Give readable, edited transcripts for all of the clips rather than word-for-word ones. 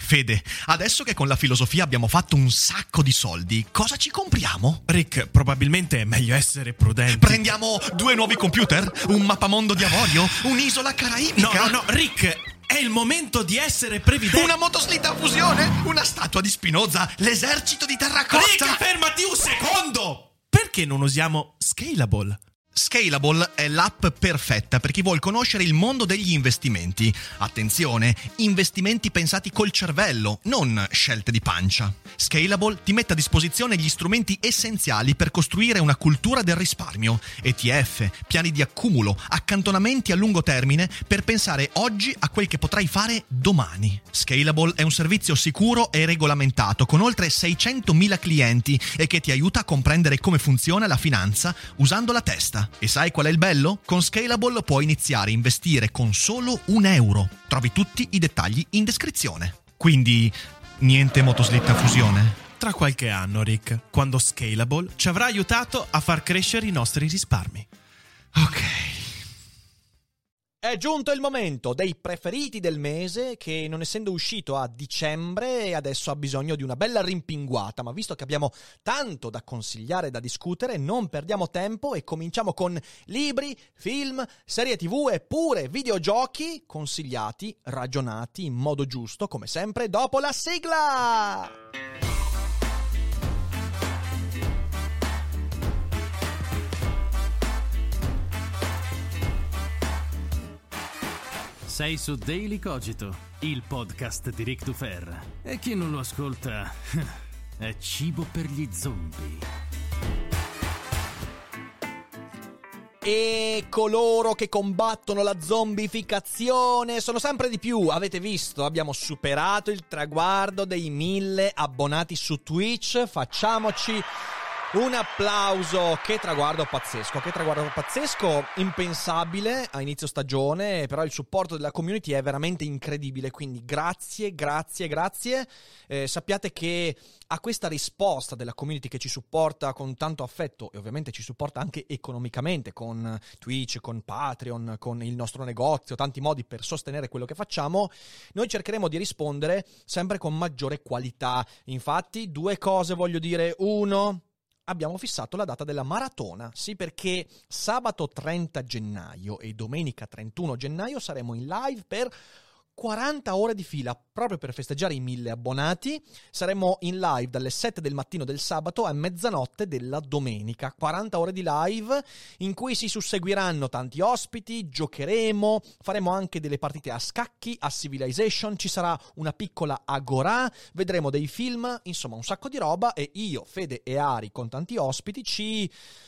Fede, adesso che con la filosofia abbiamo fatto un sacco di soldi, cosa ci compriamo? Rick, probabilmente è meglio essere prudenti. Prendiamo 2 nuovi computer? Un mappamondo di avorio? Un'isola caraibica? No, Rick, è il momento di essere previdenti. Una motoslitta a fusione? Una statua di Spinoza? L'esercito di terracotta? Rick, fermati un secondo! Perché non usiamo Scalable? Scalable è l'app perfetta per chi vuol conoscere il mondo degli investimenti. Attenzione, investimenti pensati col cervello, non scelte di pancia. Scalable ti mette a disposizione gli strumenti essenziali per costruire una cultura del risparmio, ETF, piani di accumulo, accantonamenti a lungo termine per pensare oggi a quel che potrai fare domani. Scalable è un servizio sicuro e regolamentato con oltre 600.000 clienti e che ti aiuta a comprendere come funziona la finanza usando la testa. E sai qual è il bello? Con Scalable puoi iniziare a investire con solo €1. Trovi tutti i dettagli in descrizione. Quindi, niente motoslitta a fusione? Tra qualche anno, Rick, quando Scalable ci avrà aiutato a far crescere i nostri risparmi. Ok. È giunto il momento dei preferiti del mese che, non essendo uscito a dicembre, adesso ha bisogno di una bella rimpinguata, ma visto che abbiamo tanto da consigliare e da discutere, non perdiamo tempo e cominciamo con libri, film, serie TV e pure videogiochi consigliati, ragionati in modo giusto, come sempre, dopo la sigla! Sei su Daily Cogito, il podcast di Rick Dufer. E chi non lo ascolta è cibo per gli zombie. E coloro che combattono la zombificazione sono sempre di più. Avete visto? Abbiamo superato il traguardo dei 1000 abbonati su Twitch. Facciamoci un applauso, che traguardo pazzesco, impensabile a inizio stagione, però il supporto della community è veramente incredibile, quindi grazie. Sappiate che a questa risposta della community che ci supporta con tanto affetto e ovviamente ci supporta anche economicamente con Twitch, con Patreon, con il nostro negozio, tanti modi per sostenere quello che facciamo, noi cercheremo di rispondere sempre con maggiore qualità. Infatti, 2 cose voglio dire. Uno, abbiamo fissato la data della maratona, sì, perché sabato 30 gennaio e domenica 31 gennaio saremo in live per 40 ore di fila, proprio per festeggiare i 1000 abbonati. Saremo in live dalle 7 del mattino del sabato a mezzanotte della domenica. 40 ore di live in cui si susseguiranno tanti ospiti, giocheremo, faremo anche delle partite a scacchi, a Civilization, ci sarà una piccola agorà, vedremo dei film, insomma un sacco di roba, e io, Fede e Ari con tanti ospiti ci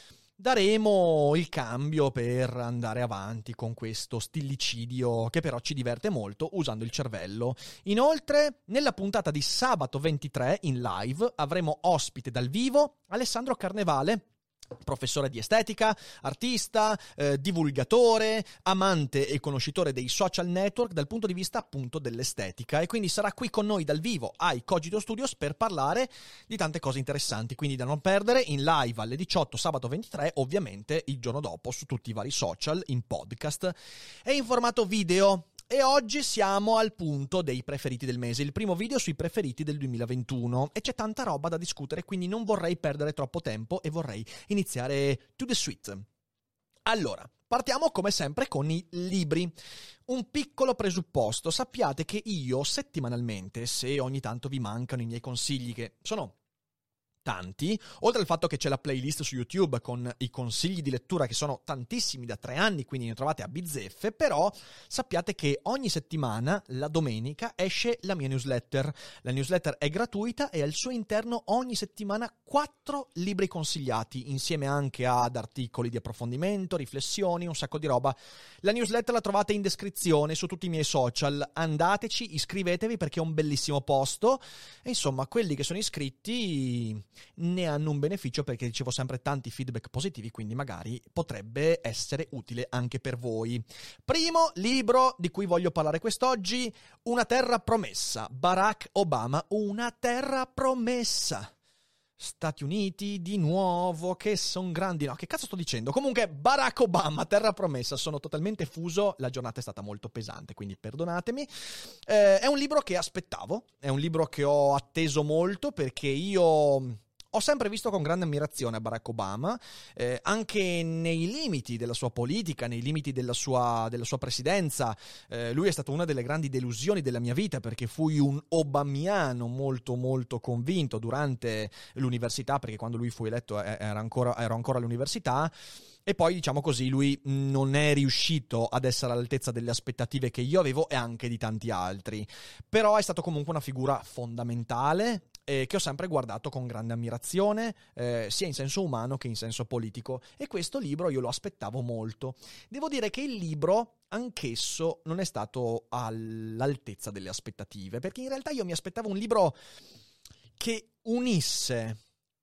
daremo il cambio per andare avanti con questo stillicidio che però ci diverte molto usando il cervello. Inoltre, nella puntata di sabato 23 in live avremo ospite dal vivo Alessandro Carnevale, professore di estetica, artista, divulgatore, amante e conoscitore dei social network dal punto di vista appunto dell'estetica, e quindi sarà qui con noi dal vivo ai Cogito Studios per parlare di tante cose interessanti, quindi da non perdere, in live alle 18 sabato 23, ovviamente il giorno dopo su tutti i vari social, in podcast e in formato video. E oggi siamo al punto dei preferiti del mese, il primo video sui preferiti del 2021, e c'è tanta roba da discutere, quindi non vorrei perdere troppo tempo e vorrei iniziare to the sweet. Allora, partiamo come sempre con i libri. Un piccolo presupposto: sappiate che io settimanalmente, se ogni tanto vi mancano i miei consigli, che sono tanti, oltre al fatto che c'è la playlist su YouTube con i consigli di lettura che sono tantissimi da 3 anni, quindi ne trovate a bizzeffe, però sappiate che ogni settimana, la domenica, esce la mia newsletter. La newsletter è gratuita e al suo interno ogni settimana 4 libri consigliati, insieme anche ad articoli di approfondimento, riflessioni, un sacco di roba. La newsletter la trovate in descrizione su tutti i miei social, andateci, iscrivetevi perché è un bellissimo posto, e insomma quelli che sono iscritti ne hanno un beneficio perché ricevo sempre tanti feedback positivi, quindi magari potrebbe essere utile anche per voi. Primo libro di cui voglio parlare quest'oggi: Una terra promessa, Barack Obama, Una terra promessa. Stati Uniti di nuovo, che son grandi, no, che cazzo sto dicendo? Comunque Barack Obama, terra promessa, sono totalmente fuso, la giornata è stata molto pesante, quindi perdonatemi. È un libro che aspettavo, è un libro che ho atteso molto, perché io ho sempre visto con grande ammirazione Barack Obama, anche nei limiti della sua politica, nei limiti della sua presidenza. Lui è stato una delle grandi delusioni della mia vita, perché fui un obamiano molto molto convinto durante l'università, perché quando lui fu eletto ero ancora all'università. E poi, diciamo così, lui non è riuscito ad essere all'altezza delle aspettative che io avevo e anche di tanti altri. Però è stato comunque una figura fondamentale, che ho sempre guardato con grande ammirazione, sia in senso umano che in senso politico. E questo libro io lo aspettavo molto. Devo dire che il libro, anch'esso, non è stato all'altezza delle aspettative, perché in realtà io mi aspettavo un libro che unisse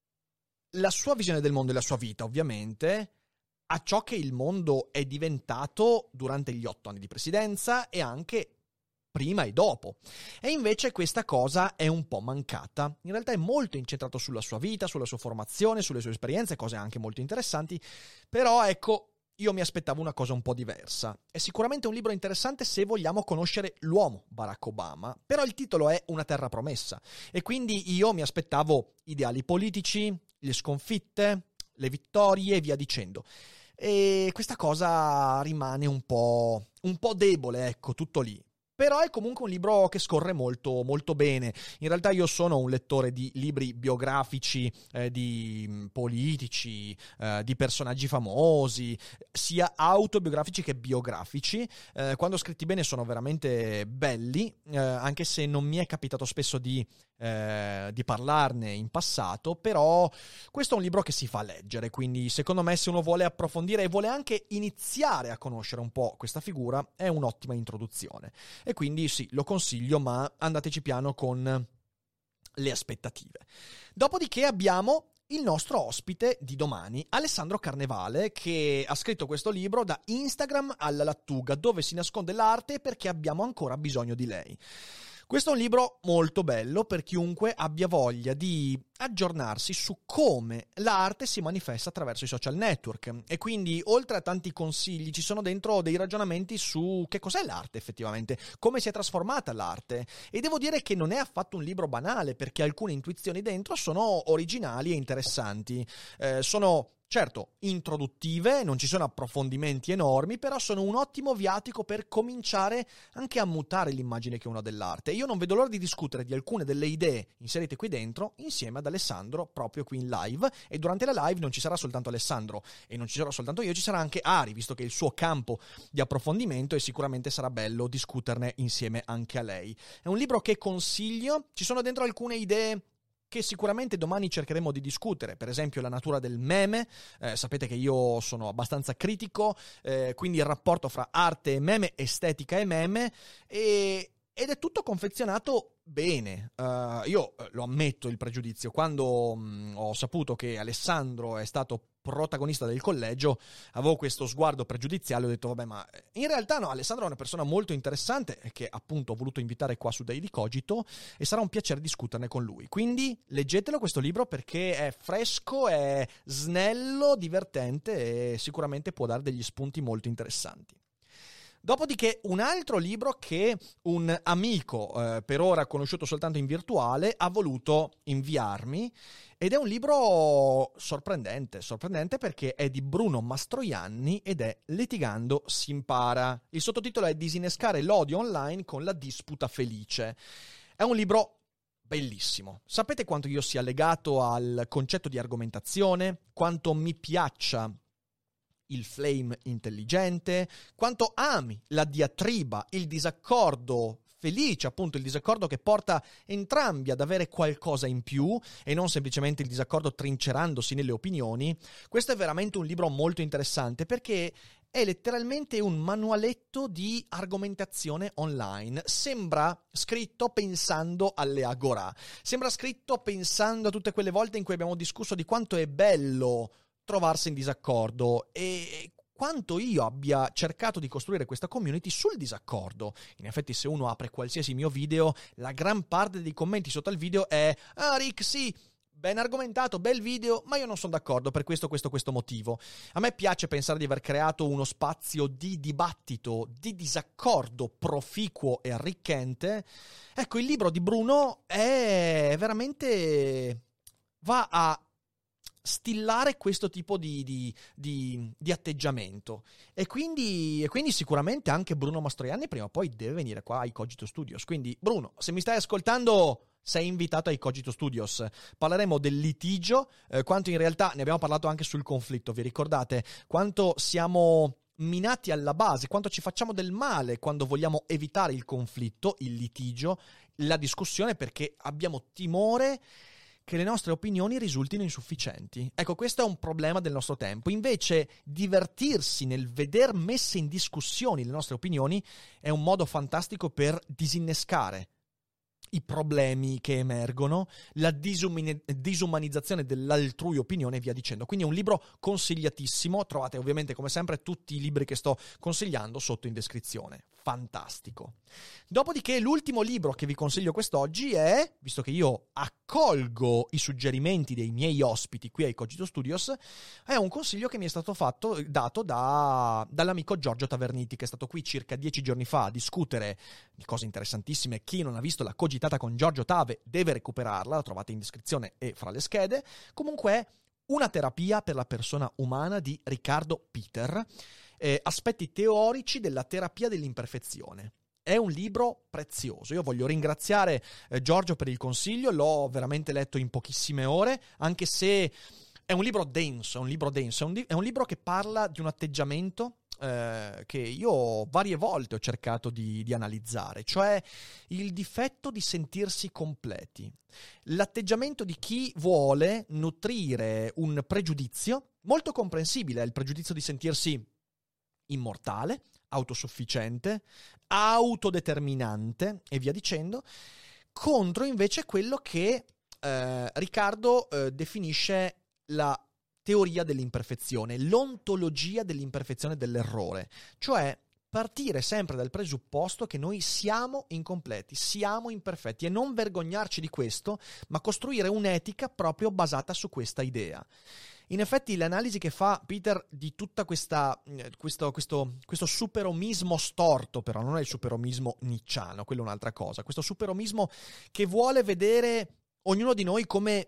la sua visione del mondo e la sua vita, ovviamente, a ciò che il mondo è diventato durante gli 8 anni di presidenza e anche prima e dopo. E invece questa cosa è un po' mancata. In realtà è molto incentrato sulla sua vita, sulla sua formazione, sulle sue esperienze, cose anche molto interessanti, però ecco, io mi aspettavo una cosa un po' diversa. È sicuramente un libro interessante se vogliamo conoscere l'uomo Barack Obama, però il titolo è Una terra promessa, e quindi io mi aspettavo ideali politici, le sconfitte, le vittorie e via dicendo. E questa cosa rimane un po' debole, ecco, tutto lì. Però è comunque un libro che scorre molto, molto bene. In realtà io sono un lettore di libri biografici, di politici, di personaggi famosi, sia autobiografici che biografici. Quando scritti bene sono veramente belli, anche se non mi è capitato spesso di parlarne in passato, però questo è un libro che si fa leggere, quindi secondo me se uno vuole approfondire e vuole anche iniziare a conoscere un po' questa figura è un'ottima introduzione, e quindi sì, lo consiglio, ma andateci piano con le aspettative. Dopodiché abbiamo il nostro ospite di domani, Alessandro Carnevale, che ha scritto questo libro Da Instagram alla lattuga, dove si nasconde l'arte perché abbiamo ancora bisogno di lei. Questo è un libro molto bello per chiunque abbia voglia di aggiornarsi su come l'arte si manifesta attraverso i social network, e quindi oltre a tanti consigli ci sono dentro dei ragionamenti su che cos'è l'arte effettivamente, come si è trasformata l'arte, e devo dire che non è affatto un libro banale, perché alcune intuizioni dentro sono originali e interessanti, sono certo introduttive, non ci sono approfondimenti enormi, però sono un ottimo viatico per cominciare anche a mutare l'immagine che uno ha dell'arte. Io non vedo l'ora di discutere di alcune delle idee inserite qui dentro insieme ad Alessandro proprio qui in live, e durante la live non ci sarà soltanto Alessandro e non ci sarò soltanto io, ci sarà anche Ari, visto che è il suo campo di approfondimento, e sicuramente sarà bello discuterne insieme anche a lei. È un libro che consiglio, ci sono dentro alcune idee che sicuramente domani cercheremo di discutere, per esempio la natura del meme. Sapete che io sono abbastanza critico, quindi il rapporto fra arte e meme, estetica e meme, ed è tutto confezionato bene. Io lo ammetto il pregiudizio, quando ho saputo che Alessandro è stato protagonista del collegio avevo questo sguardo pregiudiziale, ho detto vabbè, ma in realtà no, Alessandro è una persona molto interessante che appunto ho voluto invitare qua su Daily Cogito, e sarà un piacere discuterne con lui, quindi leggetelo questo libro perché è fresco, è snello, divertente e sicuramente può dare degli spunti molto interessanti. Dopodiché un altro libro che un amico, per ora conosciuto soltanto in virtuale, ha voluto inviarmi, ed è un libro sorprendente perché è di Bruno Mastroianni ed è Litigando si impara. Il sottotitolo è Disinnescare l'odio online con la disputa felice. È un libro bellissimo. Sapete quanto io sia legato al concetto di argomentazione, quanto mi piaccia il flame intelligente, quanto ami la diatriba, il disaccordo felice, appunto il disaccordo che porta entrambi ad avere qualcosa in più e non semplicemente il disaccordo trincerandosi nelle opinioni. Questo è veramente un libro molto interessante perché è letteralmente un manualetto di argomentazione online. Sembra scritto pensando alle agorà, sembra scritto pensando a tutte quelle volte in cui abbiamo discusso di quanto è bello trovarsi in disaccordo e quanto io abbia cercato di costruire questa community sul disaccordo. In effetti, se uno apre qualsiasi mio video, la gran parte dei commenti sotto al video è: ah Rick, sì, Ben argomentato, bel video, ma io non sono d'accordo per questo motivo. A me piace pensare di aver creato uno spazio di dibattito, di disaccordo proficuo e arricchente. Ecco, il libro di Bruno è veramente... va a stillare questo tipo di atteggiamento. E quindi sicuramente anche Bruno Mastroianni prima o poi deve venire qua ai Cogito Studios. Quindi, Bruno, se mi stai ascoltando... sei invitato ai Cogito Studios. Parleremo del litigio, quanto in realtà, ne abbiamo parlato anche sul conflitto, vi ricordate? Quanto siamo minati alla base, quanto ci facciamo del male quando vogliamo evitare il conflitto, il litigio, la discussione, perché abbiamo timore che le nostre opinioni risultino insufficienti. Ecco, questo è un problema del nostro tempo. Invece, divertirsi nel veder messe in discussione le nostre opinioni è un modo fantastico per disinnescare i problemi che emergono, la disumanizzazione dell'altrui opinione e via dicendo. Quindi è un libro consigliatissimo, trovate ovviamente come sempre tutti i libri che sto consigliando sotto in descrizione. Fantastico. Dopodiché l'ultimo libro che vi consiglio quest'oggi è, visto che io accolgo i suggerimenti dei miei ospiti qui ai Cogito Studios, è un consiglio che mi è stato dato dall'amico Giorgio Taverniti, che è stato qui circa 10 giorni fa a discutere di cose interessantissime. Chi non ha visto la Cogitata con Giorgio Tave deve recuperarla, la trovate in descrizione e fra le schede. Comunque è Una terapia per la persona umana di Riccardo Peter, aspetti teorici della terapia dell'imperfezione. È un libro prezioso. Io voglio ringraziare Giorgio per il consiglio, l'ho veramente letto in pochissime ore, anche se è un libro denso, è un libro che parla di un atteggiamento che io varie volte ho cercato di analizzare, cioè il difetto di sentirsi completi, l'atteggiamento di chi vuole nutrire un pregiudizio, molto comprensibile, è il pregiudizio di sentirsi immortale, autosufficiente, autodeterminante e via dicendo, contro invece quello che Riccardo definisce la teoria dell'imperfezione, l'ontologia dell'imperfezione e dell'errore, cioè partire sempre dal presupposto che noi siamo incompleti, siamo imperfetti e non vergognarci di questo, ma costruire un'etica proprio basata su questa idea. In effetti l'analisi che fa Peter di tutta questo superomismo storto, però non è il superomismo nicciano, quello è un'altra cosa, questo superomismo che vuole vedere ognuno di noi come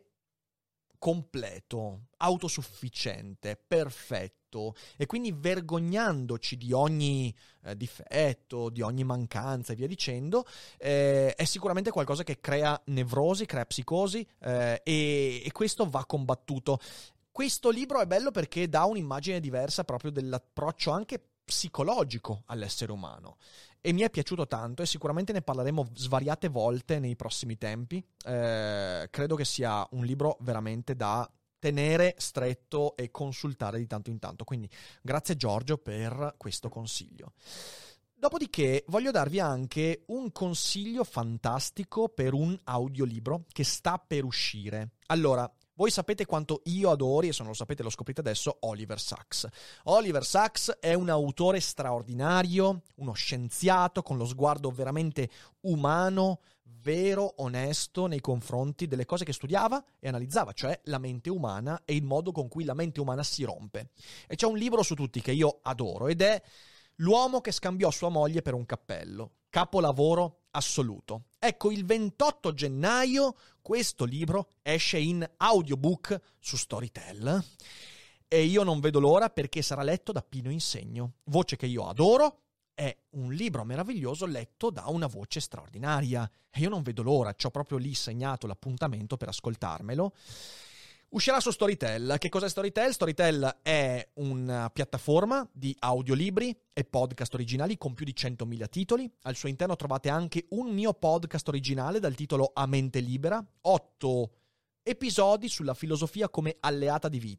completo, autosufficiente, perfetto, e quindi vergognandoci di ogni difetto, di ogni mancanza e via dicendo, è sicuramente qualcosa che crea nevrosi, crea psicosi, e questo va combattuto. Questo libro è bello perché dà un'immagine diversa proprio dell'approccio anche psicologico all'essere umano. E mi è piaciuto tanto e sicuramente ne parleremo svariate volte nei prossimi tempi. Credo che sia un libro veramente da tenere stretto e consultare di tanto in tanto. Quindi grazie Giorgio per questo consiglio. Dopodiché voglio darvi anche un consiglio fantastico per un audiolibro che sta per uscire. Allora, voi sapete quanto io adori, e se non lo sapete lo scoprite adesso, Oliver Sacks. Oliver Sacks è un autore straordinario, uno scienziato con lo sguardo veramente umano, vero, onesto nei confronti delle cose che studiava e analizzava, cioè la mente umana e il modo con cui la mente umana si rompe. E c'è un libro su tutti che io adoro ed è L'uomo che scambiò sua moglie per un cappello. Capolavoro assoluto. Ecco, il 28 gennaio questo libro esce in audiobook su Storytel e io non vedo l'ora perché sarà letto da Pino Insegno, voce che io adoro. È un libro meraviglioso letto da una voce straordinaria e io non vedo l'ora, ci ho proprio lì segnato l'appuntamento per ascoltarmelo. Uscirà su Storytel. Che cos'è Storytel? Storytel è una piattaforma di audiolibri e podcast originali con più di 100.000 titoli. Al suo interno trovate anche un mio podcast originale dal titolo A Mente Libera, 8 episodi sulla filosofia come alleata di vita.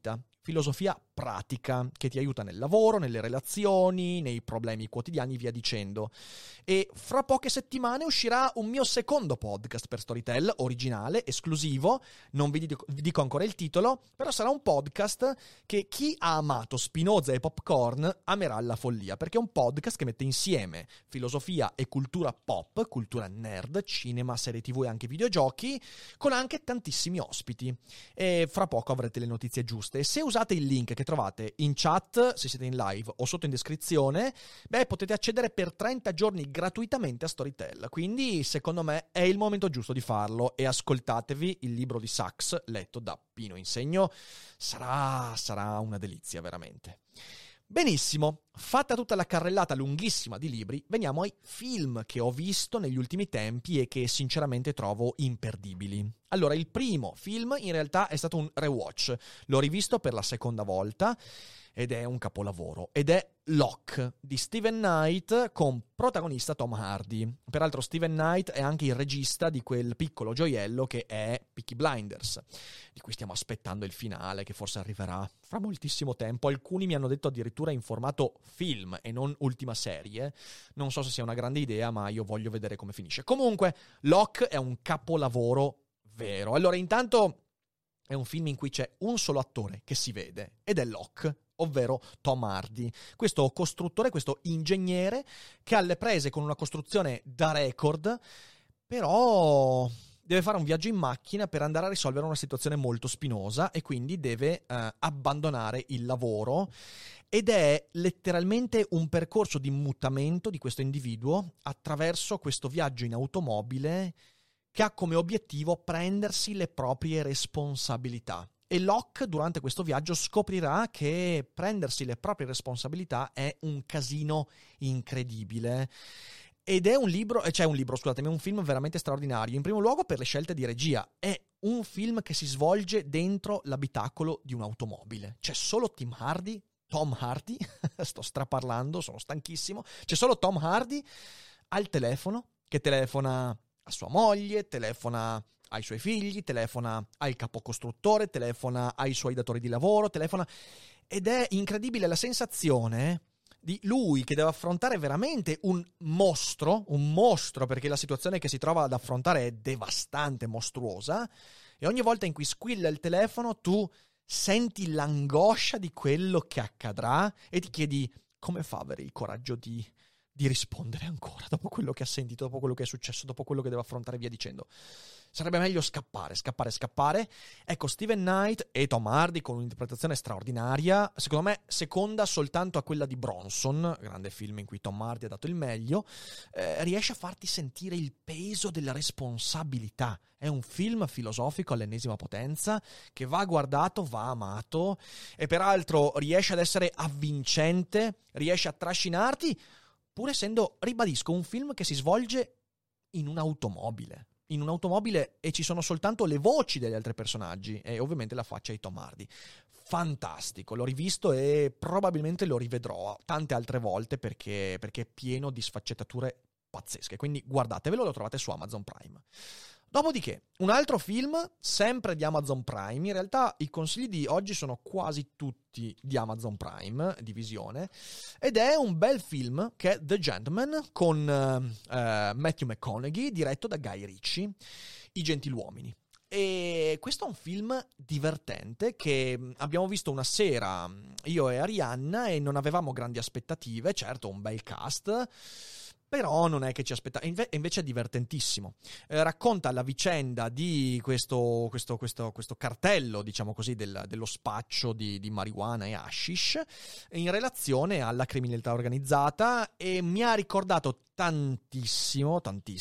filosofia pratica che ti aiuta nel lavoro, nelle relazioni, nei problemi quotidiani, via dicendo. E fra poche settimane uscirà un mio secondo podcast per Storytel, originale, esclusivo, non vi dico ancora il titolo, però sarà un podcast che chi ha amato Spinoza e Popcorn amerà alla follia, perché è un podcast che mette insieme filosofia e cultura pop, cultura nerd, cinema, serie TV e anche videogiochi, con anche tantissimi ospiti. E fra poco avrete le notizie giuste. E se usate il link che trovate in chat, se siete in live o sotto in descrizione, potete accedere per 30 giorni gratuitamente a Storytel. Quindi, secondo me, è il momento giusto di farlo. E ascoltatevi il libro di Sachs, letto da Pino Insegno. Sarà una delizia, veramente. Benissimo, fatta tutta la carrellata lunghissima di libri, veniamo ai film che ho visto negli ultimi tempi e che sinceramente trovo imperdibili. Allora, il primo film in realtà è stato un rewatch, l'ho rivisto per la seconda volta ed è un capolavoro, ed è Locke di Steven Knight con protagonista Tom Hardy. Peraltro Steven Knight è anche il regista di quel piccolo gioiello che è Peaky Blinders, di cui stiamo aspettando il finale che forse arriverà fra moltissimo tempo. Alcuni mi hanno detto addirittura in formato film e non ultima serie. Non so se sia una grande idea, ma io voglio vedere come finisce. Comunque Locke è un capolavoro vero. Allora, intanto è un film in cui c'è un solo attore che si vede ed è Locke, ovvero Tom Hardy, questo costruttore, questo ingegnere che ha alle prese con una costruzione da record, però deve fare un viaggio in macchina per andare a risolvere una situazione molto spinosa e quindi deve abbandonare il lavoro, ed è letteralmente un percorso di mutamento di questo individuo attraverso questo viaggio in automobile che ha come obiettivo prendersi le proprie responsabilità. E Locke durante questo viaggio scoprirà che prendersi le proprie responsabilità è un casino incredibile. Ed è un film veramente straordinario. In primo luogo per le scelte di regia. È un film che si svolge dentro l'abitacolo di un'automobile. C'è solo Tom Hardy, sto straparlando, sono stanchissimo. C'è solo Tom Hardy al telefono, che telefona a sua moglie, telefona ai suoi figli, telefona al capocostruttore, telefona ai suoi datori di lavoro, ed è incredibile la sensazione di lui che deve affrontare veramente un mostro, perché la situazione che si trova ad affrontare è devastante, mostruosa, e ogni volta in cui squilla il telefono tu senti l'angoscia di quello che accadrà e ti chiedi come fa ad avere il coraggio di rispondere ancora dopo quello che ha sentito, dopo quello che è successo, dopo quello che deve affrontare, via dicendo. Sarebbe meglio scappare. Ecco, Steven Knight e Tom Hardy con un'interpretazione straordinaria, secondo me seconda soltanto a quella di Bronson, grande film in cui Tom Hardy ha dato il meglio, riesce a farti sentire il peso della responsabilità. È un film filosofico all'ennesima potenza che va guardato, va amato, e peraltro riesce ad essere avvincente, riesce a trascinarti, pur essendo, ribadisco, un film che si svolge in un'automobile, e ci sono soltanto le voci degli altri personaggi e ovviamente la faccia di Tom Hardy. Fantastico, l'ho rivisto e probabilmente lo rivedrò tante altre volte perché è pieno di sfaccettature pazzesche, quindi guardatevelo, lo trovate su Amazon Prime. Dopodiché, un altro film, sempre di Amazon Prime, in realtà i consigli di oggi sono quasi tutti di Amazon Prime, di visione, ed è un bel film che è The Gentleman con Matthew McConaughey, diretto da Guy Ritchie, I Gentiluomini. E questo è un film divertente che abbiamo visto una sera, io e Arianna, e non avevamo grandi aspettative, certo un bel cast, però non è che ci aspettava, invece è divertentissimo. Racconta la vicenda di questo cartello, diciamo così, dello spaccio di marijuana e hashish in relazione alla criminalità organizzata, e mi ha ricordato tantissimo.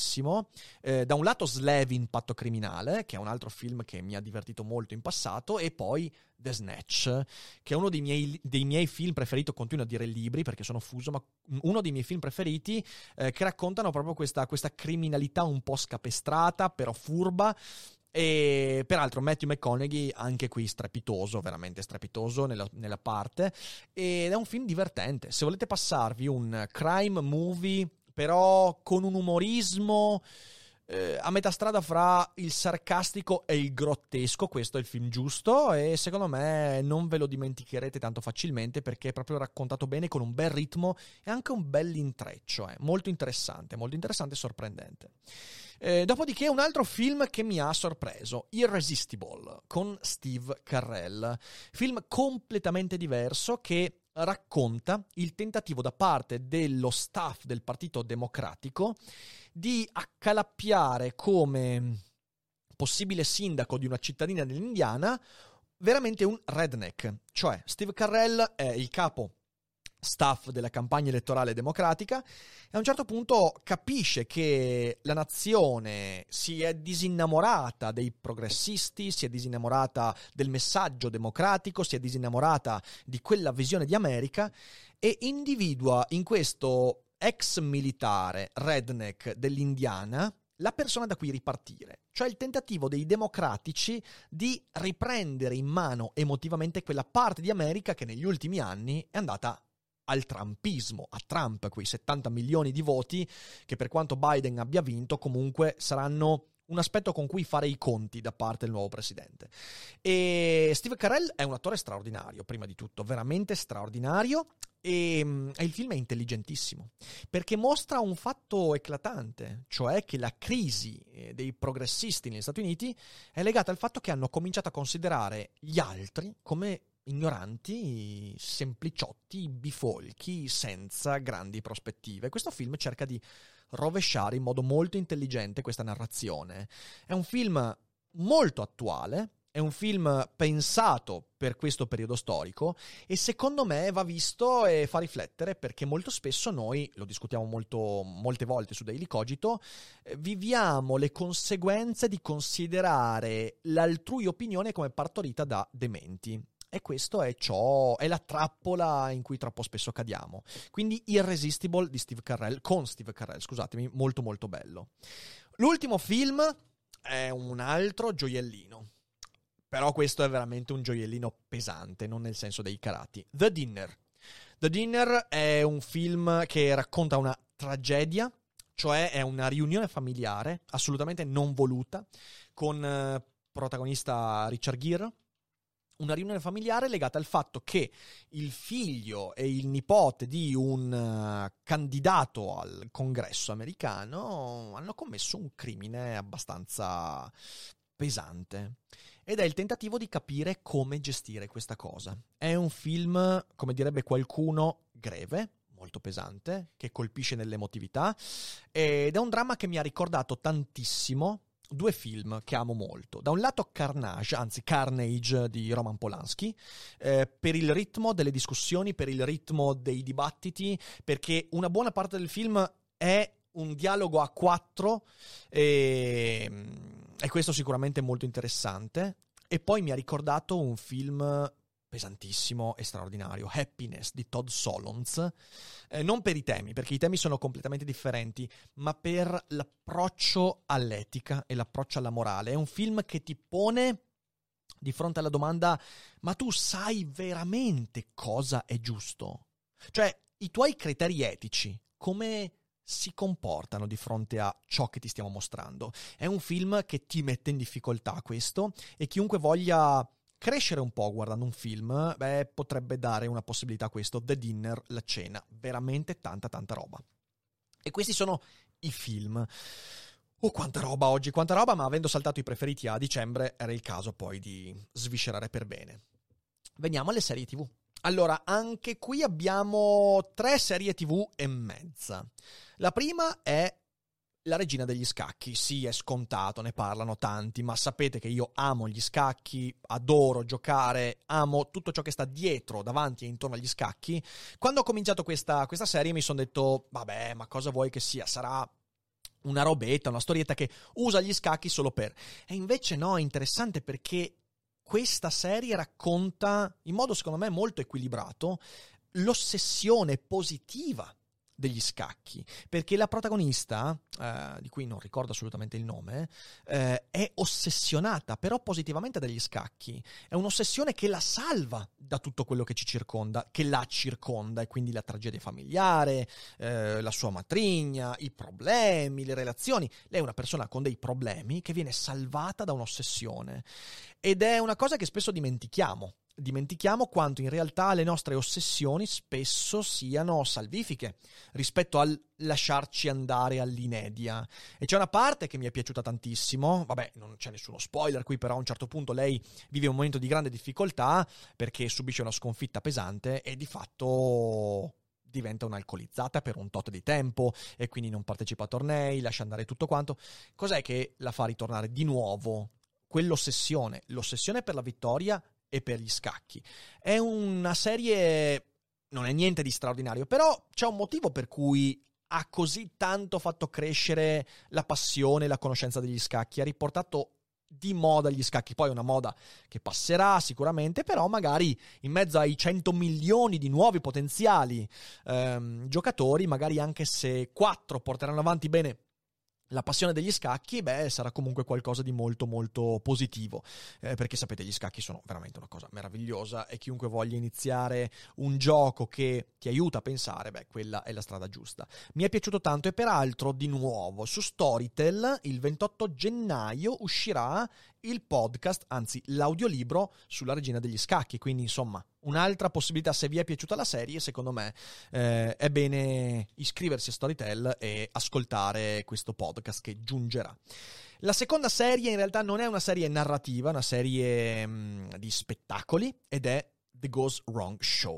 Da un lato Slevin, Patto Criminale, che è un altro film che mi ha divertito molto in passato, e poi The Snatch, che è uno dei miei film preferiti. Continuo a dire libri perché sono fuso, ma uno dei miei film preferiti, che raccontano proprio questa criminalità un po' scapestrata, però furba. E peraltro Matthew McConaughey anche qui strepitoso, veramente strepitoso nella parte, ed è un film divertente. Se volete passarvi un crime movie però con un umorismo a metà strada fra il sarcastico e il grottesco. Questo è il film giusto e secondo me non ve lo dimenticherete tanto facilmente, perché è proprio raccontato bene, con un bel ritmo e anche un bel intreccio. Molto interessante e sorprendente. Dopodiché un altro film che mi ha sorpreso, Irresistible, con Steve Carell. Film completamente diverso che racconta il tentativo da parte dello staff del Partito Democratico di accalappiare come possibile sindaco di una cittadina dell'Indiana veramente un redneck. Cioè Steve Carell è il capo staff della campagna elettorale democratica e a un certo punto capisce che la nazione si è disinnamorata dei progressisti, si è disinnamorata del messaggio democratico, si è disinnamorata di quella visione di America e individua in questo ex militare redneck dell'Indiana la persona da cui ripartire, cioè il tentativo dei democratici di riprendere in mano emotivamente quella parte di America che negli ultimi anni è andata al trumpismo, a Trump, quei 70 milioni di voti che, per quanto Biden abbia vinto, comunque saranno un aspetto con cui fare i conti da parte del nuovo presidente. E Steve Carell è un attore straordinario, prima di tutto, veramente straordinario, e il film è intelligentissimo, perché mostra un fatto eclatante, cioè che la crisi dei progressisti negli Stati Uniti è legata al fatto che hanno cominciato a considerare gli altri come ignoranti, sempliciotti, bifolchi, senza grandi prospettive. Questo film cerca di rovesciare in modo molto intelligente questa narrazione. È un film molto attuale, è un film pensato per questo periodo storico e secondo me va visto e fa riflettere, perché molto spesso noi, lo discutiamo molte volte su Daily Cogito, viviamo le conseguenze di considerare l'altrui opinione come partorita da dementi. E questo è la trappola in cui troppo spesso cadiamo. Quindi Irresistible con Steve Carell, scusatemi, molto molto bello. L'ultimo film è un altro gioiellino. Però questo è veramente un gioiellino pesante, non nel senso dei carati. The Dinner. The Dinner è un film che racconta una tragedia, cioè è una riunione familiare assolutamente non voluta, con protagonista Richard Gere. Una riunione familiare legata al fatto che il figlio e il nipote di un candidato al congresso americano hanno commesso un crimine abbastanza pesante. Ed è il tentativo di capire come gestire questa cosa. È un film, come direbbe qualcuno, greve, molto pesante, che colpisce nell'emotività, ed è un dramma che mi ha ricordato tantissimo due film che amo molto. Da un lato Carnage di Roman Polanski, per il ritmo delle discussioni, per il ritmo dei dibattiti, perché una buona parte del film è un dialogo a quattro e questo sicuramente è molto interessante. E poi mi ha ricordato un film pesantissimo e straordinario, Happiness di Todd Solondz, non per i temi, perché i temi sono completamente differenti, ma per l'approccio all'etica e l'approccio alla morale. È un film che ti pone di fronte alla domanda: ma tu sai veramente cosa è giusto? Cioè, i tuoi criteri etici, come si comportano di fronte a ciò che ti stiamo mostrando? È un film che ti mette in difficoltà, questo, e chiunque voglia crescere un po' guardando un film, potrebbe dare una possibilità a questo. The Dinner, la cena, veramente tanta roba. E questi sono i film. Oh, quanta roba oggi, quanta roba, ma avendo saltato i preferiti a dicembre era il caso poi di sviscerare per bene. Veniamo alle serie TV. Allora, anche qui abbiamo 3 serie TV e mezza. La prima è La regina degli scacchi. Sì, è scontato, ne parlano tanti, ma sapete che io amo gli scacchi, adoro giocare, amo tutto ciò che sta dietro, davanti e intorno agli scacchi. Quando ho cominciato questa serie mi sono detto: vabbè, ma cosa vuoi che sia? Sarà una robetta, una storietta che usa gli scacchi solo per... E invece no, è interessante perché questa serie racconta, in modo secondo me molto equilibrato, l'ossessione positiva degli scacchi, perché la protagonista, di cui non ricordo assolutamente il nome, è ossessionata però positivamente dagli scacchi. È un'ossessione che la salva da tutto quello che ci circonda, che la circonda, e quindi la tragedia familiare, la sua matrigna, i problemi, le relazioni. Lei è una persona con dei problemi che viene salvata da un'ossessione, ed è una cosa che spesso dimentichiamo quanto in realtà le nostre ossessioni spesso siano salvifiche rispetto al lasciarci andare all'inedia. E c'è una parte che mi è piaciuta tantissimo, vabbè, non c'è nessuno spoiler qui, però a un certo punto lei vive un momento di grande difficoltà perché subisce una sconfitta pesante e di fatto diventa un'alcolizzata per un tot di tempo e quindi non partecipa a tornei, lascia andare tutto quanto. Cos'è che la fa ritornare di nuovo? L'ossessione per la vittoria e per gli scacchi. È una serie, non è niente di straordinario, però c'è un motivo per cui ha così tanto fatto crescere la passione e la conoscenza degli scacchi. Ha riportato di moda gli scacchi. Poi è una moda che passerà sicuramente, però magari in mezzo ai 100 milioni di nuovi potenziali giocatori, magari anche se 4 porteranno avanti bene la passione degli scacchi, sarà comunque qualcosa di molto molto positivo, perché sapete, gli scacchi sono veramente una cosa meravigliosa e chiunque voglia iniziare un gioco che ti aiuta a pensare, quella è la strada giusta. Mi è piaciuto tanto, e peraltro di nuovo su Storytel il 28 gennaio uscirà il podcast, anzi l'audiolibro sulla regina degli scacchi, quindi insomma un'altra possibilità. Se vi è piaciuta la serie, secondo me è bene iscriversi a Storytel e ascoltare questo podcast che giungerà. La seconda serie in realtà non è una serie narrativa, è una serie di spettacoli, ed è The Goes Wrong Show.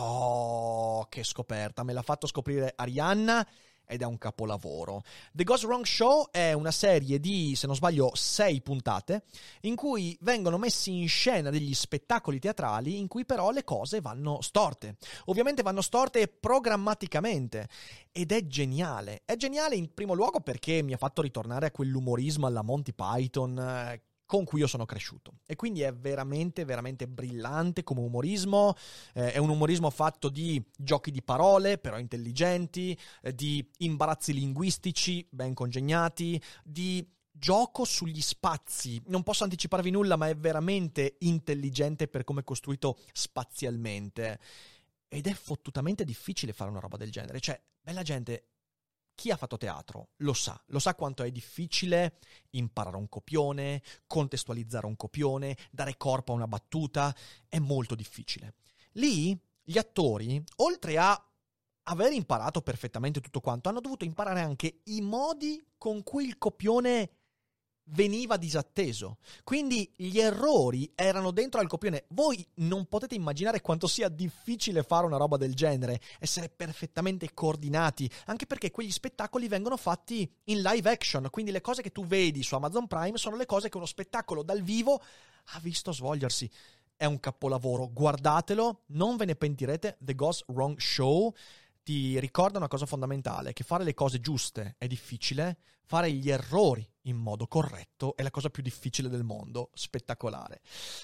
Oh, che scoperta, me l'ha fatto scoprire Arianna ed è un capolavoro. The Goes Wrong Show è una serie di, se non sbaglio, 6 puntate in cui vengono messi in scena degli spettacoli teatrali in cui però le cose vanno storte. Ovviamente vanno storte programmaticamente, ed è geniale. È geniale in primo luogo perché mi ha fatto ritornare a quell'umorismo alla Monty Python con cui io sono cresciuto, e quindi è veramente veramente brillante come umorismo. È un umorismo fatto di giochi di parole però intelligenti, di imbarazzi linguistici ben congegnati, di gioco sugli spazi. Non posso anticiparvi nulla, ma è veramente intelligente per come è costruito spazialmente, ed è fottutamente difficile fare una roba del genere. Cioè, bella gente, chi ha fatto teatro lo sa quanto è difficile imparare un copione, contestualizzare un copione, dare corpo a una battuta. È molto difficile. Lì gli attori, oltre a aver imparato perfettamente tutto quanto, hanno dovuto imparare anche i modi con cui il copione veniva disatteso. Quindi gli errori erano dentro al copione. Voi non potete immaginare quanto sia difficile fare una roba del genere, essere perfettamente coordinati, anche perché quegli spettacoli vengono fatti in live action, quindi le cose che tu vedi su Amazon Prime sono le cose che uno spettacolo dal vivo ha visto svolgersi. È un capolavoro, guardatelo, non ve ne pentirete. The Goes Wrong Show ti ricorda una cosa fondamentale, che fare le cose giuste è difficile, fare gli errori in modo corretto è la cosa più difficile del mondo. Spettacolare.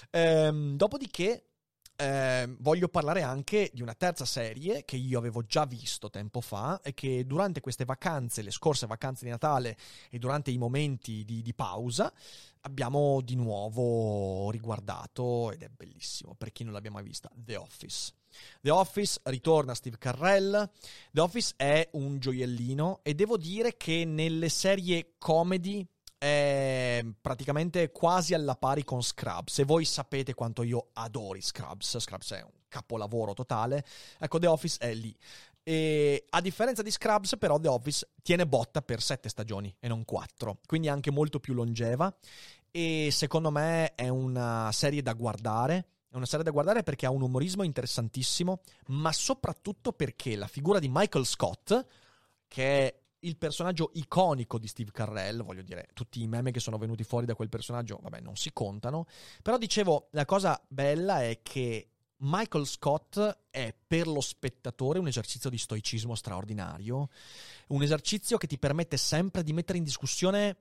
Dopodiché voglio parlare anche di una terza serie che io avevo già visto tempo fa e che durante queste vacanze, le scorse vacanze di Natale e durante i momenti di pausa, abbiamo di nuovo riguardato, ed è bellissimo per chi non l'abbia mai vista. The Office. The Office, ritorna Steve Carell. The Office è un gioiellino, e devo dire che nelle serie comedy è praticamente quasi alla pari con Scrubs, e voi sapete quanto io adori Scrubs. Scrubs è un capolavoro totale. Ecco, The Office è lì. E a differenza di Scrubs, però, The Office tiene botta per 7 stagioni e non 4, quindi è anche molto più longeva, e secondo me è una serie da guardare. È una serie da guardare perché ha un umorismo interessantissimo, ma soprattutto perché la figura di Michael Scott, che è il personaggio iconico di Steve Carell, voglio dire, tutti i meme che sono venuti fuori da quel personaggio, vabbè, non si contano, però dicevo, la cosa bella è che Michael Scott è per lo spettatore un esercizio di stoicismo straordinario, un esercizio che ti permette sempre di mettere in discussione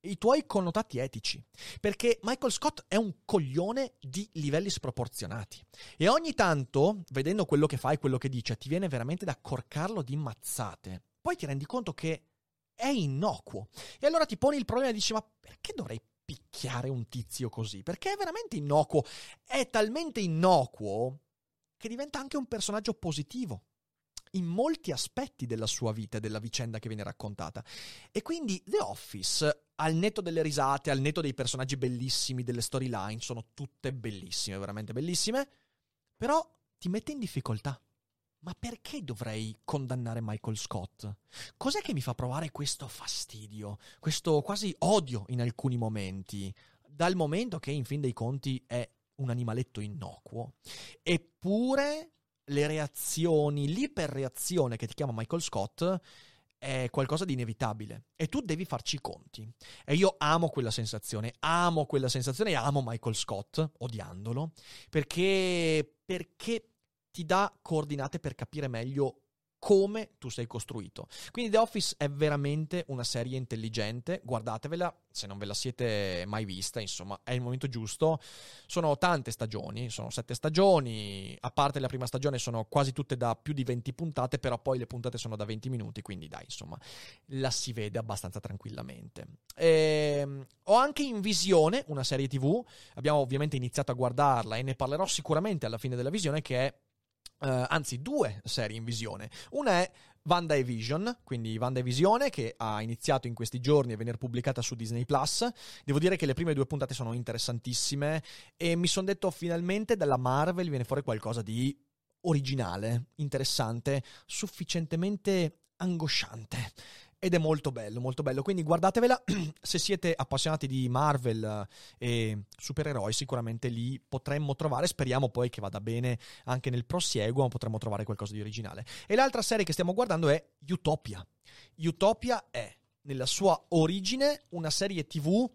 i tuoi connotati etici, perché Michael Scott è un coglione di livelli sproporzionati e ogni tanto, vedendo quello che fa e quello che dice, ti viene veramente da corcarlo di mazzate. Poi ti rendi conto che è innocuo e allora ti poni il problema e dici: ma perché dovrei picchiare un tizio così? Perché è veramente innocuo, è talmente innocuo che diventa anche un personaggio positivo in molti aspetti della sua vita e della vicenda che viene raccontata. E quindi The Office, al netto delle risate, al netto dei personaggi bellissimi, delle storyline, sono tutte bellissime, veramente bellissime, però ti mette in difficoltà. Ma perché dovrei condannare Michael Scott? Cos'è che mi fa provare questo fastidio, questo quasi odio in alcuni momenti, dal momento che in fin dei conti è un animaletto innocuo? Eppure le reazioni, l'iperreazione che ti chiama Michael Scott è qualcosa di inevitabile e tu devi farci i conti. E io amo quella sensazione e amo Michael Scott, odiandolo, perché ti dà coordinate per capire meglio come tu sei costruito. Quindi The Office è veramente una serie intelligente, guardatevela se non ve la siete mai vista, insomma è il momento giusto. Sono tante stagioni, sono 7 stagioni, a parte la prima stagione sono quasi tutte da più di 20 puntate, però poi le puntate sono da 20 minuti, quindi dai, insomma, la si vede abbastanza tranquillamente. Ho anche in visione una serie TV, abbiamo ovviamente iniziato a guardarla e ne parlerò sicuramente alla fine della visione, che è anzi 2 serie in visione. Una è WandaVision, quindi WandaVision, che ha iniziato in questi giorni a venire pubblicata su Disney Plus. Devo dire che le prime 2 puntate sono interessantissime e mi sono detto finalmente dalla Marvel viene fuori qualcosa di originale, interessante, sufficientemente angosciante. Ed è molto bello, quindi guardatevela. Se siete appassionati di Marvel e supereroi, sicuramente lì potremmo trovare, speriamo poi che vada bene anche nel prosieguo, ma potremmo trovare qualcosa di originale. E l'altra serie che stiamo guardando è Utopia. Utopia è, nella sua origine, una serie TV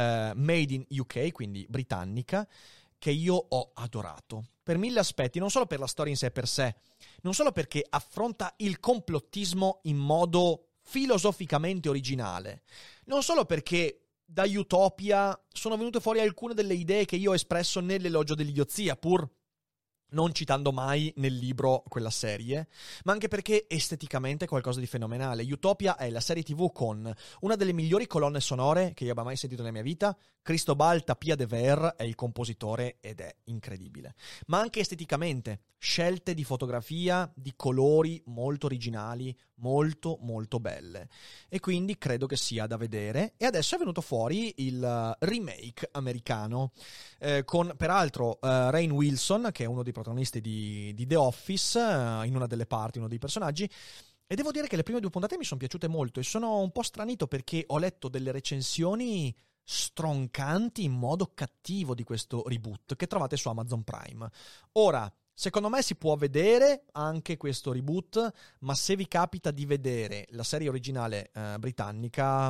made in UK, quindi britannica, che io ho adorato per 1000 aspetti, non solo per la storia in sé per sé, non solo perché affronta il complottismo in modo filosoficamente originale, non solo perché da Utopia sono venute fuori alcune delle idee che io ho espresso nell'Elogio dell'idiozia, pur non citando mai nel libro quella serie, ma anche perché esteticamente è qualcosa di fenomenale. Utopia è la serie TV con una delle migliori colonne sonore che io abbia mai sentito nella mia vita. Cristobal Tapia de Ver è il compositore ed è incredibile. Ma anche esteticamente, scelte di fotografia, di colori molto originali, molto molto belle. E quindi credo che sia da vedere. E adesso è venuto fuori il remake americano con peraltro Rainn Wilson, che è uno dei protagonisti di The Office, in una delle parti, uno dei personaggi. E devo dire che le prime 2 puntate mi sono piaciute molto e sono un po' stranito perché ho letto delle recensioni stroncanti in modo cattivo di questo reboot che trovate su Amazon Prime. Ora, secondo me si può vedere anche questo reboot, ma se vi capita di vedere la serie originale britannica,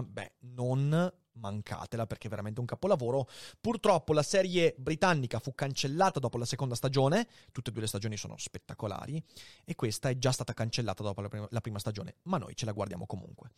non mancatela perché è veramente un capolavoro. Purtroppo la serie britannica fu cancellata dopo la seconda stagione, tutte e 2 le stagioni sono spettacolari, e questa è già stata cancellata dopo la prima stagione, ma noi ce la guardiamo comunque.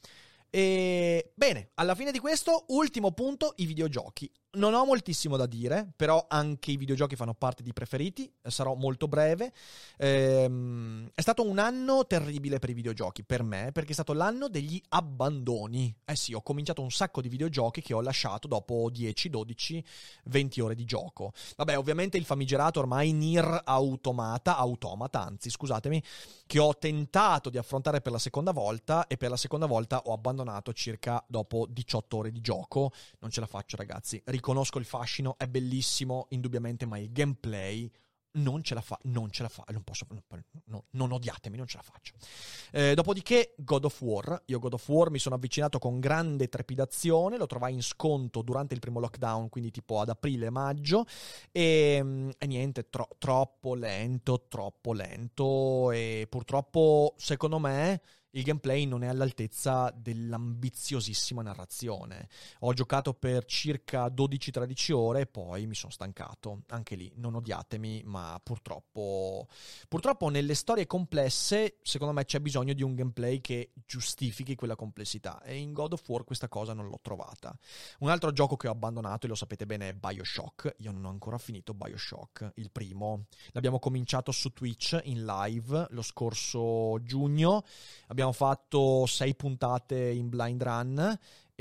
E bene, alla fine di questo ultimo punto, i videogiochi. Non ho moltissimo da dire, però anche i videogiochi fanno parte di preferiti, sarò molto breve. È stato un anno terribile per i videogiochi, per me, perché è stato l'anno degli abbandoni. Sì, ho cominciato un sacco di videogiochi che ho lasciato dopo 10, 12, 20 ore di gioco. Vabbè, ovviamente il famigerato ormai Nier Automata, anzi, scusatemi, che ho tentato di affrontare per la seconda volta, e per la seconda volta ho abbandonato circa dopo 18 ore di gioco. Non ce la faccio, ragazzi. Riconosco il fascino, è bellissimo, indubbiamente, ma il gameplay non ce la fa, non posso, non odiatemi, non ce la faccio. Dopodiché God of War. Io God of War mi sono avvicinato con grande trepidazione, lo trovai in sconto durante il primo lockdown, quindi tipo ad aprile-maggio, e niente, troppo lento, e purtroppo secondo me il gameplay non è all'altezza dell'ambiziosissima narrazione. Ho giocato per circa 12-13 ore e poi mi sono stancato. Anche lì, non odiatemi, ma purtroppo nelle storie complesse, secondo me c'è bisogno di un gameplay che giustifichi quella complessità, e in God of War questa cosa non l'ho trovata. Un altro gioco che ho abbandonato, e lo sapete bene, è BioShock. Io non ho ancora finito BioShock, il primo. L'abbiamo cominciato su Twitch in live lo scorso giugno. Abbiamo fatto 6 puntate in blind run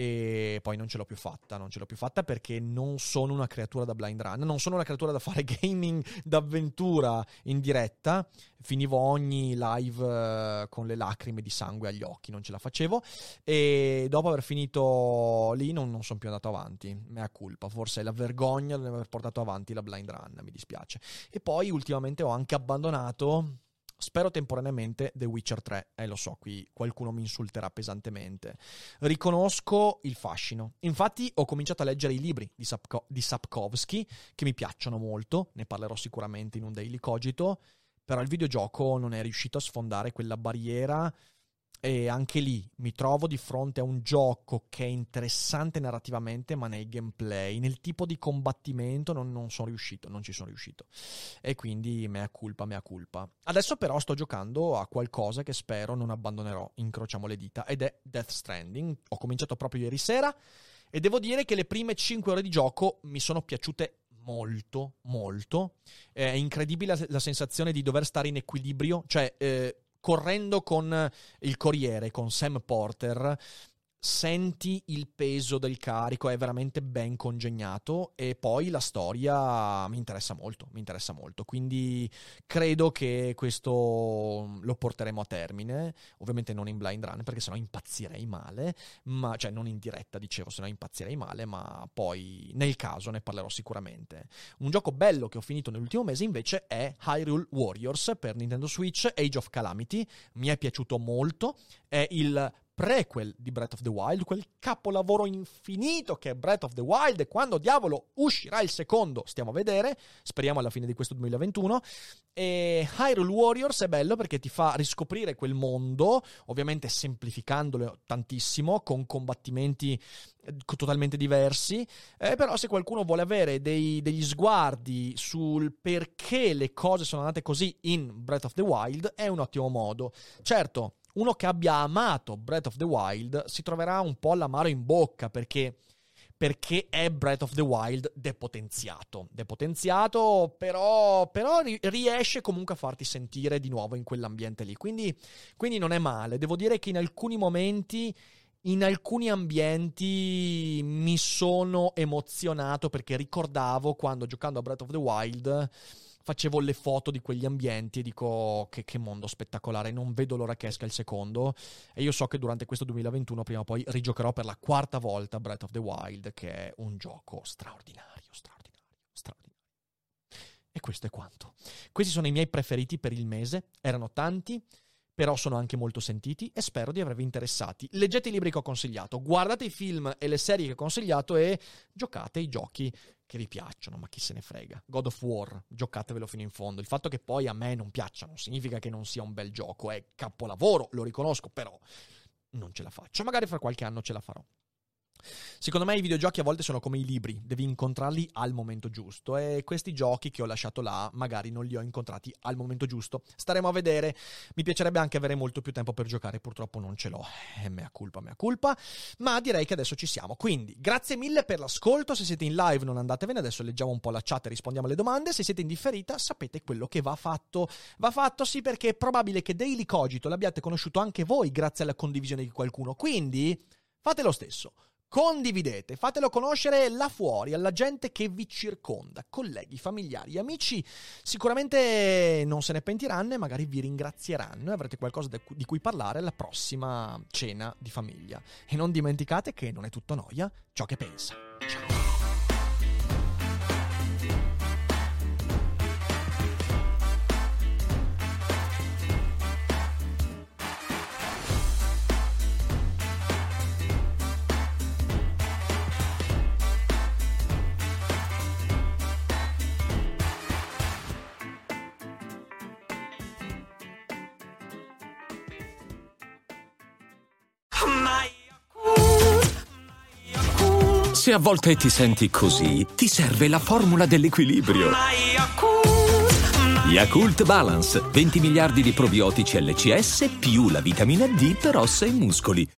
e poi non ce l'ho più fatta perché non sono una creatura da blind run, non sono una creatura da fare gaming d'avventura in diretta. Finivo ogni live con le lacrime di sangue agli occhi, non ce la facevo, e dopo aver finito lì non sono più andato avanti. Mea culpa, forse è la vergogna di aver portato avanti la blind run, mi dispiace. E poi ultimamente ho anche abbandonato, spero temporaneamente, The Witcher 3. Lo so, qui qualcuno mi insulterà pesantemente. Riconosco il fascino. Infatti ho cominciato a leggere i libri di Sapkowski, che mi piacciono molto, ne parlerò sicuramente in un Daily Cogito, però il videogioco non è riuscito a sfondare quella barriera, e anche lì mi trovo di fronte a un gioco che è interessante narrativamente, ma nel gameplay, nel tipo di combattimento non ci sono riuscito, e quindi mea culpa. Adesso però sto giocando a qualcosa che spero non abbandonerò, incrociamo le dita, ed è Death Stranding. Ho cominciato proprio ieri sera e devo dire che le prime 5 ore di gioco mi sono piaciute molto. È incredibile la sensazione di dover stare in equilibrio, cioè correndo con il corriere, con Sam Porter, senti il peso del carico, è veramente ben congegnato, e poi la storia mi interessa molto, quindi credo che questo lo porteremo a termine, ovviamente non in blind run perché sennò impazzirei male, cioè non in diretta, dicevo, sennò impazzirei male, ma poi nel caso ne parlerò sicuramente. Un gioco bello che ho finito nell'ultimo mese invece è Hyrule Warriors per Nintendo Switch, Age of Calamity. Mi è piaciuto molto, è il prequel di Breath of the Wild, quel capolavoro infinito che è Breath of the Wild, e quando diavolo uscirà il secondo stiamo a vedere, speriamo alla fine di questo 2021. E Hyrule Warriors è bello perché ti fa riscoprire quel mondo, ovviamente semplificandolo tantissimo, con combattimenti totalmente diversi, però se qualcuno vuole avere degli sguardi sul perché le cose sono andate così in Breath of the Wild, è un ottimo modo. Certo, uno che abbia amato Breath of the Wild si troverà un po' l'amaro in bocca perché è Breath of the Wild depotenziato, però riesce comunque a farti sentire di nuovo in quell'ambiente lì, quindi non è male. Devo dire che in alcuni momenti, in alcuni ambienti mi sono emozionato perché ricordavo quando, giocando a Breath of the Wild, facevo le foto di quegli ambienti e dico che mondo spettacolare, non vedo l'ora che esca il secondo, e io so che durante questo 2021 prima o poi rigiocherò per la 4ª volta Breath of the Wild, che è un gioco straordinario. E questo è quanto. Questi sono i miei preferiti per il mese, erano tanti, però sono anche molto sentiti e spero di avervi interessati. Leggete i libri che ho consigliato, guardate i film e le serie che ho consigliato e giocate i giochi che vi piacciono, ma chi se ne frega. God of War, giocatevelo fino in fondo. Il fatto che poi a me non piaccia non significa che non sia un bel gioco, è capolavoro, lo riconosco, però non ce la faccio. Magari fra qualche anno ce la farò. Secondo me i videogiochi a volte sono come i libri, devi incontrarli al momento giusto, e questi giochi che ho lasciato là magari non li ho incontrati al momento giusto. Staremo a vedere. Mi piacerebbe anche avere molto più tempo per giocare, purtroppo non ce l'ho, mea culpa, ma direi che adesso ci siamo. Quindi grazie mille per l'ascolto. Se siete in live non andatevene, adesso leggiamo un po' la chat e rispondiamo alle domande. Se siete in differita sapete quello che va fatto sì, perché è probabile che Daily Cogito l'abbiate conosciuto anche voi grazie alla condivisione di qualcuno, quindi fate lo stesso. Condividete, fatelo conoscere là fuori alla gente che vi circonda, colleghi, familiari, amici. Sicuramente non se ne pentiranno e magari vi ringrazieranno e avrete qualcosa di cui parlare alla prossima cena di famiglia. E non dimenticate che non è tutto noia ciò che pensa. Ciao. Se a volte ti senti così, ti serve la formula dell'equilibrio. Yakult Balance, 20 miliardi di probiotici LCS più la vitamina D per ossa e muscoli.